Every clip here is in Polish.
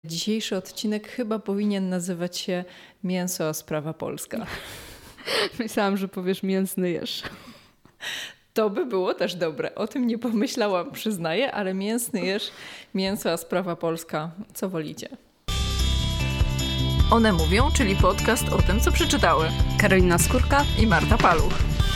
Dzisiejszy odcinek chyba powinien nazywać się Mięso, a sprawa polska. Myślałam, że powiesz mięsny jeż. To by było też dobre. O tym nie pomyślałam, przyznaję, ale mięsny jeż, mięso, a sprawa polska. Co wolicie? One mówią, czyli podcast o tym, co przeczytały. Karolina Skórka i Marta Paluch.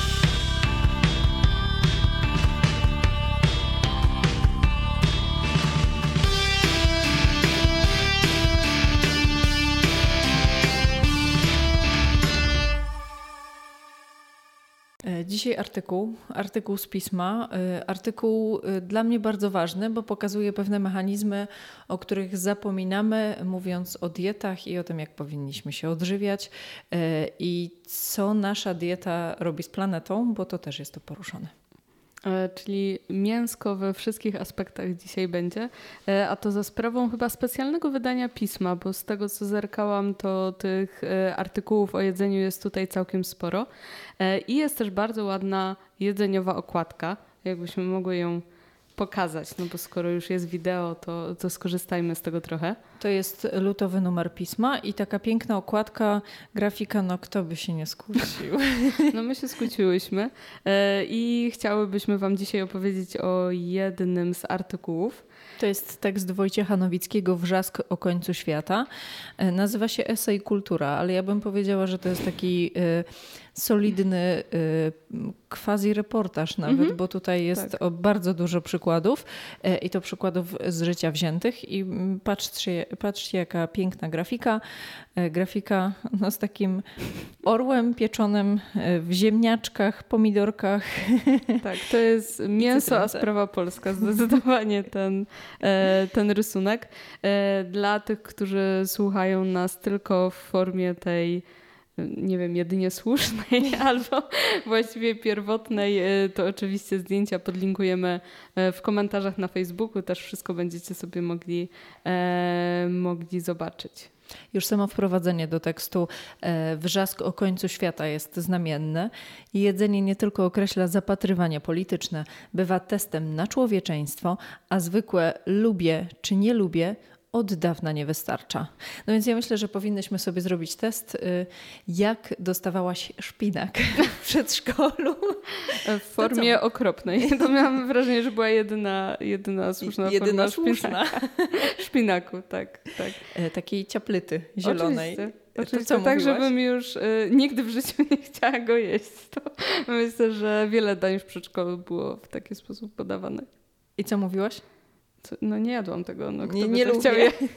Dzisiaj artykuł z pisma. Artykuł dla mnie bardzo ważny, bo pokazuje pewne mechanizmy, o których zapominamy, mówiąc o dietach i o tym, jak powinniśmy się odżywiać i co nasza dieta robi z planetą, bo to też jest tu poruszone. Czyli mięsko we wszystkich aspektach dzisiaj będzie, a to za sprawą chyba specjalnego wydania pisma, bo z tego co zerkałam, to tych artykułów o jedzeniu jest tutaj całkiem sporo i jest też bardzo ładna jedzeniowa okładka, jakbyśmy mogły ją pokazać, no bo skoro już jest wideo, to skorzystajmy z tego trochę. To jest lutowy numer pisma i taka piękna okładka, grafika, no kto by się nie skłócił. No my się skłóciłyśmy i chciałybyśmy wam dzisiaj opowiedzieć o jednym z artykułów. To jest tekst Wojciecha Nowickiego Wrzask o końcu świata. Nazywa się Esej Kultura, ale ja bym powiedziała, że to jest taki solidny quasi-reportaż nawet, bo tutaj jest bardzo dużo przykładów i to przykładów z życia wziętych i patrzcie jaka piękna grafika. Grafika no, z takim orłem pieczonym w ziemniaczkach, pomidorkach. Tak, to jest mięso, a sprawa polska. Zdecydowanie ten rysunek. Dla tych, którzy słuchają nas tylko w formie tej, nie wiem, jedynie słusznej albo właściwie pierwotnej, to oczywiście zdjęcia podlinkujemy w komentarzach na Facebooku. Też wszystko będziecie sobie mogli zobaczyć. Już samo wprowadzenie do tekstu Wrzask o końcu świata jest znamienne. Jedzenie nie tylko określa zapatrywania polityczne, bywa testem na człowieczeństwo, a zwykłe lubię czy nie lubię od dawna nie wystarcza. No więc ja myślę, że powinnyśmy sobie zrobić test, jak dostawałaś szpinak w przedszkolu. W formie okropnej. To miałam wrażenie, że była jedyna słuszna forma szpinaku. Tak. Takiej ciaplyty zielonej. Oczywiście tak, żebym już nigdy w życiu nie chciała go jeść. To myślę, że wiele dań w przedszkolu było w taki sposób podawane. I co mówiłaś? No nie jadłam tego, no kto nie by to chciał jeść.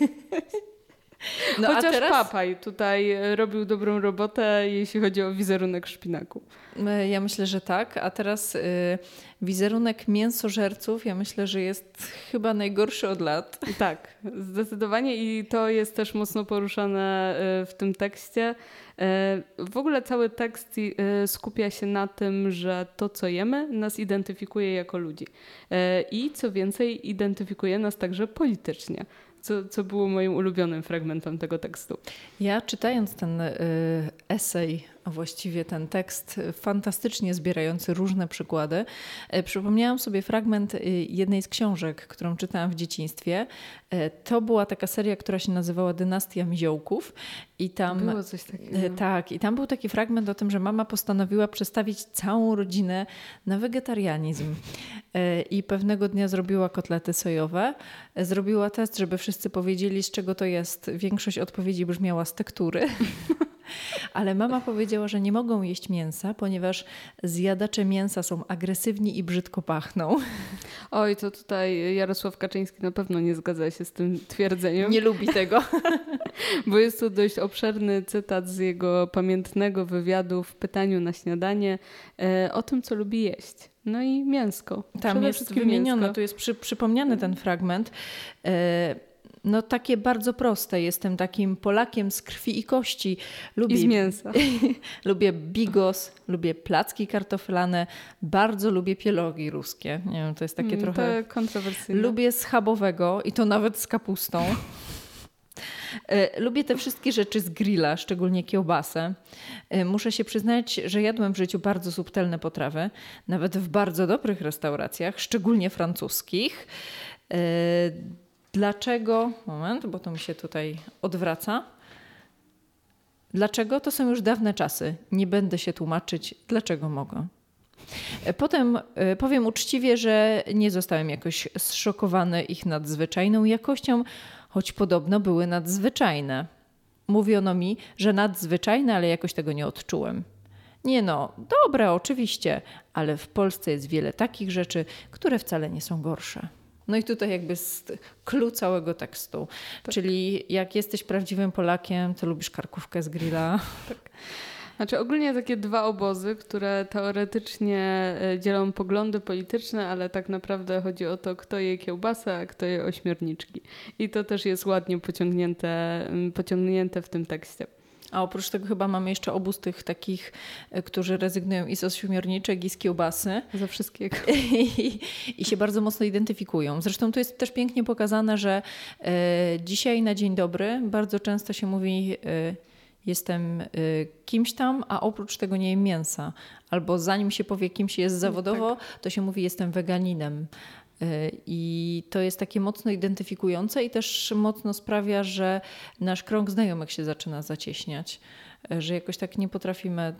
No, chociaż a teraz... papaj tutaj robił dobrą robotę, jeśli chodzi o wizerunek szpinaku. Ja myślę, że tak, a teraz wizerunek mięsożerców, ja myślę, że jest chyba najgorszy od lat. Tak, zdecydowanie i to jest też mocno poruszane w tym tekście. W ogóle cały tekst skupia się na tym, że to, co jemy, nas identyfikuje jako ludzi. I co więcej, identyfikuje nas także politycznie. Co było moim ulubionym fragmentem tego tekstu. Ja czytając ten esej, a właściwie ten tekst fantastycznie zbierający różne przykłady, przypomniałam sobie fragment jednej z książek, którą czytałam w dzieciństwie. To była taka seria, która się nazywała Dynastia Miziołków. I tam, było coś takiego. Tak, i tam był taki fragment o tym, że mama postanowiła przestawić całą rodzinę na wegetarianizm. I pewnego dnia zrobiła kotlety sojowe. Zrobiła test, żeby wszyscy powiedzieli, z czego to jest. Większość odpowiedzi brzmiała z tektury. Ale mama powiedziała, że nie mogą jeść mięsa, ponieważ zjadacze mięsa są agresywni i brzydko pachną. Oj, to tutaj Jarosław Kaczyński na pewno nie zgadza się z tym twierdzeniem. Nie lubi tego. Bo jest to dość obszerny cytat z jego pamiętnego wywiadu w Pytaniu na śniadanie o tym, co lubi jeść. No i mięsko. Tam jest wymienione, tu jest przypomniany ten fragment. No takie bardzo proste. Jestem takim Polakiem z krwi i kości. I z mięsa. Lubię bigos, lubię placki kartoflane, bardzo lubię pierogi ruskie. Nie wiem, to jest takie trochę... kontrowersyjne. Lubię schabowego i to nawet z kapustą. Lubię te wszystkie rzeczy z grilla, szczególnie kiełbasę. Muszę się przyznać, że jadłem w życiu bardzo subtelne potrawy, nawet w bardzo dobrych restauracjach, szczególnie francuskich. Dlaczego? Moment, bo to mi się tutaj odwraca. Dlaczego? To są już dawne czasy. Nie będę się tłumaczyć, dlaczego mogę. Potem powiem uczciwie, że nie zostałem jakoś zszokowany ich nadzwyczajną jakością, choć podobno były nadzwyczajne. Mówiono mi, że nadzwyczajne, ale jakoś tego nie odczułem. Nie no, dobre oczywiście, ale w Polsce jest wiele takich rzeczy, które wcale nie są gorsze. No i tutaj jakby clue całego tekstu. Tak. Czyli jak jesteś prawdziwym Polakiem, to lubisz karkówkę z grilla. Tak. Znaczy ogólnie takie dwa obozy, które teoretycznie dzielą poglądy polityczne, ale tak naprawdę chodzi o to, kto je kiełbasę, a kto je ośmiorniczki. I to też jest ładnie pociągnięte w tym tekście. A oprócz tego chyba mamy jeszcze obóz tych takich, którzy rezygnują i z ośmiorniczek, i z kiełbasy. Ze wszystkiego. I się bardzo mocno identyfikują. Zresztą tu jest też pięknie pokazane, że dzisiaj na dzień dobry bardzo często się mówi jestem kimś tam, a oprócz tego nie jem mięsa. Albo zanim się powie kimś jest zawodowo, to się mówi jestem weganinem. I to jest takie mocno identyfikujące i też mocno sprawia, że nasz krąg znajomych się zaczyna zacieśniać. Że jakoś tak nie potrafimy...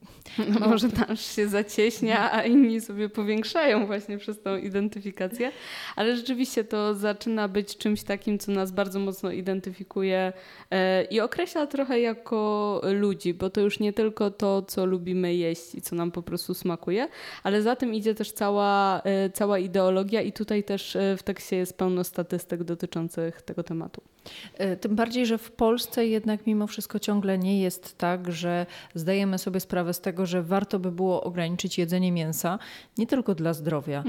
Może nasz się zacieśnia, a inni sobie powiększają właśnie przez tą identyfikację. Ale rzeczywiście to zaczyna być czymś takim, co nas bardzo mocno identyfikuje i określa trochę jako ludzi, bo to już nie tylko to, co lubimy jeść i co nam po prostu smakuje, ale za tym idzie też cała ideologia i tutaj też w tekście jest pełno statystyk dotyczących tego tematu. Tym bardziej, że w Polsce jednak mimo wszystko ciągle nie jest tak, że zdajemy sobie sprawę z tego, że warto by było ograniczyć jedzenie mięsa, nie tylko dla zdrowia,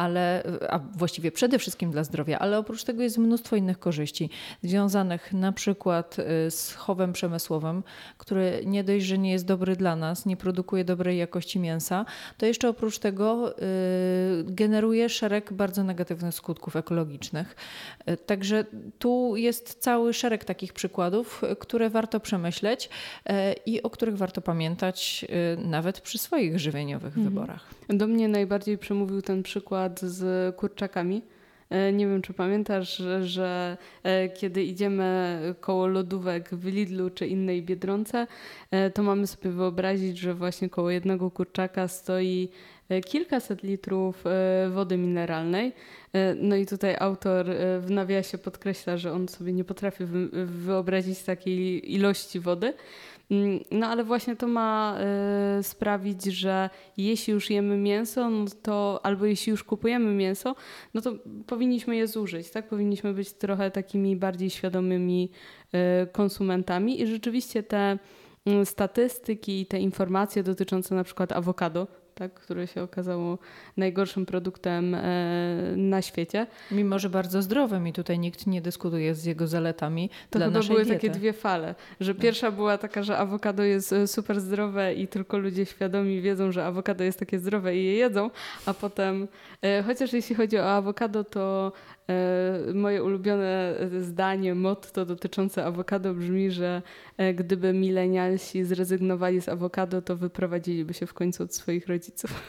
a właściwie przede wszystkim dla zdrowia, ale oprócz tego jest mnóstwo innych korzyści związanych na przykład z chowem przemysłowym, który nie dość, że nie jest dobry dla nas, nie produkuje dobrej jakości mięsa, to jeszcze oprócz tego generuje szereg bardzo negatywnych skutków ekologicznych. Także tu jest cały szereg takich przykładów, które warto przemyśleć i o których warto pamiętać nawet przy swoich żywieniowych wyborach. Do mnie najbardziej przemówił ten przykład z kurczakami. Nie wiem, czy pamiętasz, że kiedy idziemy koło lodówek w Lidlu czy innej Biedronce, to mamy sobie wyobrazić, że właśnie koło jednego kurczaka stoi kilkaset litrów wody mineralnej. No i tutaj autor w nawiasie podkreśla, że on sobie nie potrafi wyobrazić takiej ilości wody. No ale właśnie to ma sprawić, że jeśli już jemy mięso, no to albo jeśli już kupujemy mięso, no to powinniśmy je zużyć, tak? Powinniśmy być trochę takimi bardziej świadomymi konsumentami i rzeczywiście te statystyki i te informacje dotyczące na przykład awokado, tak, które się okazało najgorszym produktem na świecie. Mimo, że bardzo zdrowym i tutaj nikt nie dyskutuje z jego zaletami to dla chyba naszej były diety. Takie dwie fale, że pierwsza była taka, że awokado jest super zdrowe i tylko ludzie świadomi wiedzą, że awokado jest takie zdrowe i je jedzą, a potem, chociaż jeśli chodzi o awokado, to moje ulubione zdanie, motto dotyczące awokado brzmi, że gdyby milenialsi zrezygnowali z awokado, to wyprowadziliby się w końcu od swoich rodziców.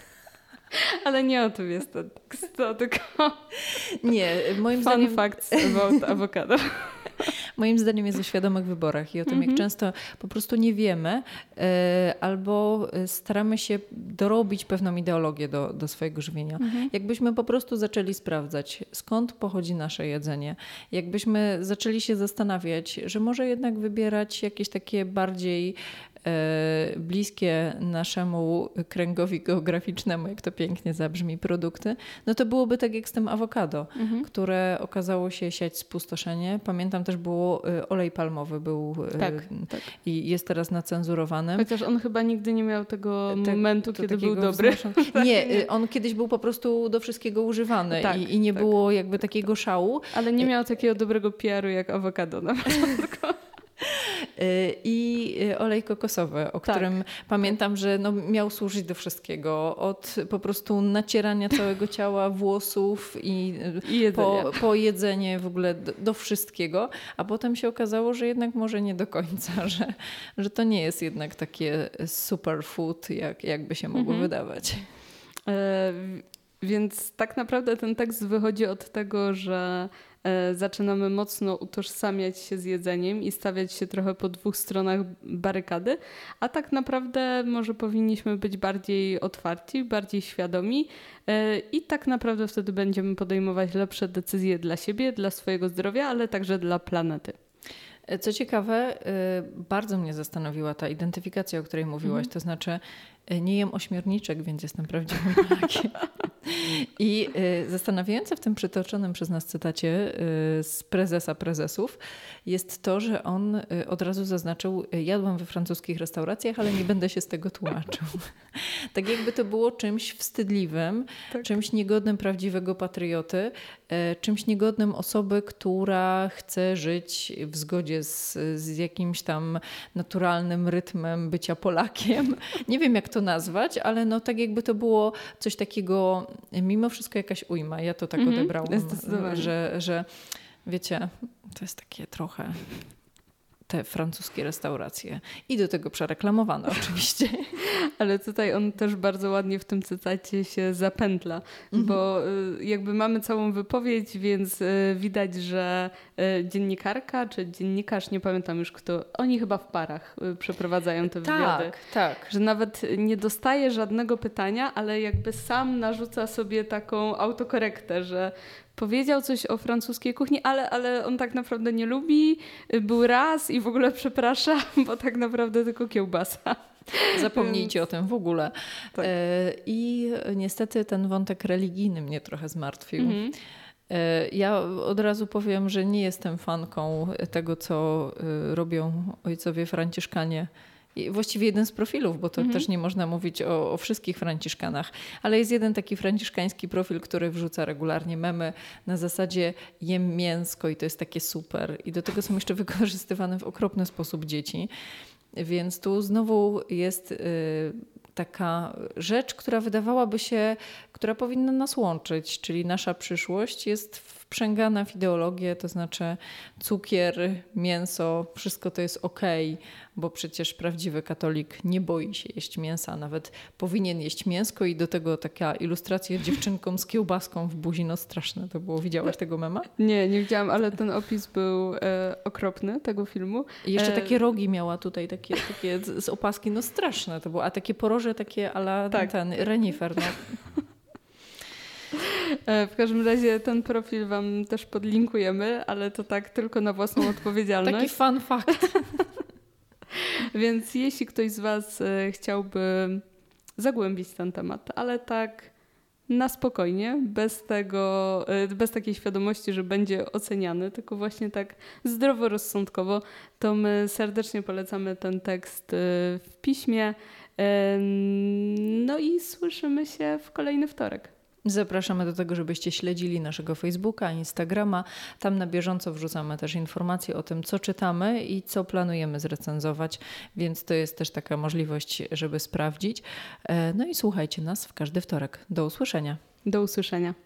Ale nie o tym jest ten tekst, to tylko nie, moim zdaniem... facts about awokado. Moim zdaniem jest o świadomych wyborach i o tym, jak często po prostu nie wiemy albo staramy się dorobić pewną ideologię do swojego żywienia. Jakbyśmy po prostu zaczęli sprawdzać, skąd pochodzi nasze jedzenie. Jakbyśmy zaczęli się zastanawiać, że może jednak wybierać jakieś takie bardziej bliskie naszemu kręgowi geograficznemu, jak to pięknie zabrzmi, produkty, no to byłoby tak jak z tym awokado, które okazało się siać spustoszenie. Pamiętam też było olej palmowy był i jest teraz nacenzurowany. Chociaż on chyba nigdy nie miał tego momentu, kiedy był dobry. Nie, on kiedyś był po prostu do wszystkiego używany i nie było jakby takiego szału. Ale nie miał takiego dobrego PR-u jak awokado na początku. I olej kokosowy, o którym pamiętam, że miał służyć do wszystkiego. Od po prostu nacierania całego ciała, włosów i po jedzenie w ogóle do wszystkiego. A potem się okazało, że jednak może nie do końca, że to nie jest jednak takie superfood, jakby się mogło wydawać. Więc tak naprawdę ten tekst wychodzi od tego, że zaczynamy mocno utożsamiać się z jedzeniem i stawiać się trochę po dwóch stronach barykady, a tak naprawdę może powinniśmy być bardziej otwarci, bardziej świadomi i tak naprawdę wtedy będziemy podejmować lepsze decyzje dla siebie, dla swojego zdrowia, ale także dla planety. Co ciekawe, bardzo mnie zastanowiła ta identyfikacja, o której mówiłaś, to znaczy nie jem ośmiorniczek, więc jestem prawdziwym Polakiem. I zastanawiające w tym przytoczonym przez nas cytacie z prezesa prezesów jest to, że on od razu zaznaczył, jadłam we francuskich restauracjach, ale nie będę się z tego tłumaczył. Tak jakby to było czymś wstydliwym, czymś niegodnym prawdziwego patrioty, czymś niegodnym osoby, która chce żyć w zgodzie z jakimś tam naturalnym rytmem bycia Polakiem. Nie wiem, jak to nazwać, ale no tak jakby to było coś takiego, mimo wszystko jakaś ujma. Ja to tak odebrałam, że wiecie, to jest takie trochę te francuskie restauracje. I do tego przereklamowano oczywiście. Ale tutaj on też bardzo ładnie w tym cytacie się zapętla, bo jakby mamy całą wypowiedź, więc widać, że dziennikarka czy dziennikarz, nie pamiętam już kto, oni chyba w parach przeprowadzają te wywiady. Tak. Że nawet nie dostaje żadnego pytania, ale jakby sam narzuca sobie taką autokorektę, że powiedział coś o francuskiej kuchni, ale on tak naprawdę nie lubi, był raz i w ogóle przeprasza, bo tak naprawdę tylko kiełbasa. Zapomnijcie o tym w ogóle. Tak. I niestety ten wątek religijny mnie trochę zmartwił. Ja od razu powiem, że nie jestem fanką tego, co robią ojcowie franciszkanie. I właściwie jeden z profilów, bo to też nie można mówić o wszystkich franciszkanach, ale jest jeden taki franciszkański profil, który wrzuca regularnie memy na zasadzie jem mięsko i to jest takie super. I do tego są jeszcze wykorzystywane w okropny sposób dzieci. Więc tu znowu jest taka rzecz, która wydawałaby się, która powinna nas łączyć, czyli nasza przyszłość jest wprzęgana w ideologię, to znaczy cukier, mięso, wszystko to jest okej, bo przecież prawdziwy katolik nie boi się jeść mięsa, nawet powinien jeść mięsko i do tego taka ilustracja dziewczynką z kiełbaską w buzi, no straszne to było. Widziałaś tego mema? Nie widziałam, ale ten opis był okropny tego filmu. I jeszcze takie rogi miała tutaj, takie z opaski, no straszne to było, a takie poroże takie a la ten renifer, no. W każdym razie ten profil wam też podlinkujemy, ale to tak tylko na własną odpowiedzialność. Taki fun fact. Więc jeśli ktoś z was chciałby zagłębić ten temat, ale tak na spokojnie, bez takiej świadomości, że będzie oceniany, tylko właśnie tak zdroworozsądkowo, to my serdecznie polecamy ten tekst w piśmie. No i słyszymy się w kolejny wtorek. Zapraszamy do tego, żebyście śledzili naszego Facebooka, Instagrama. Tam na bieżąco wrzucamy też informacje o tym, co czytamy i co planujemy zrecenzować, więc to jest też taka możliwość, żeby sprawdzić. No i słuchajcie nas w każdy wtorek. Do usłyszenia. Do usłyszenia.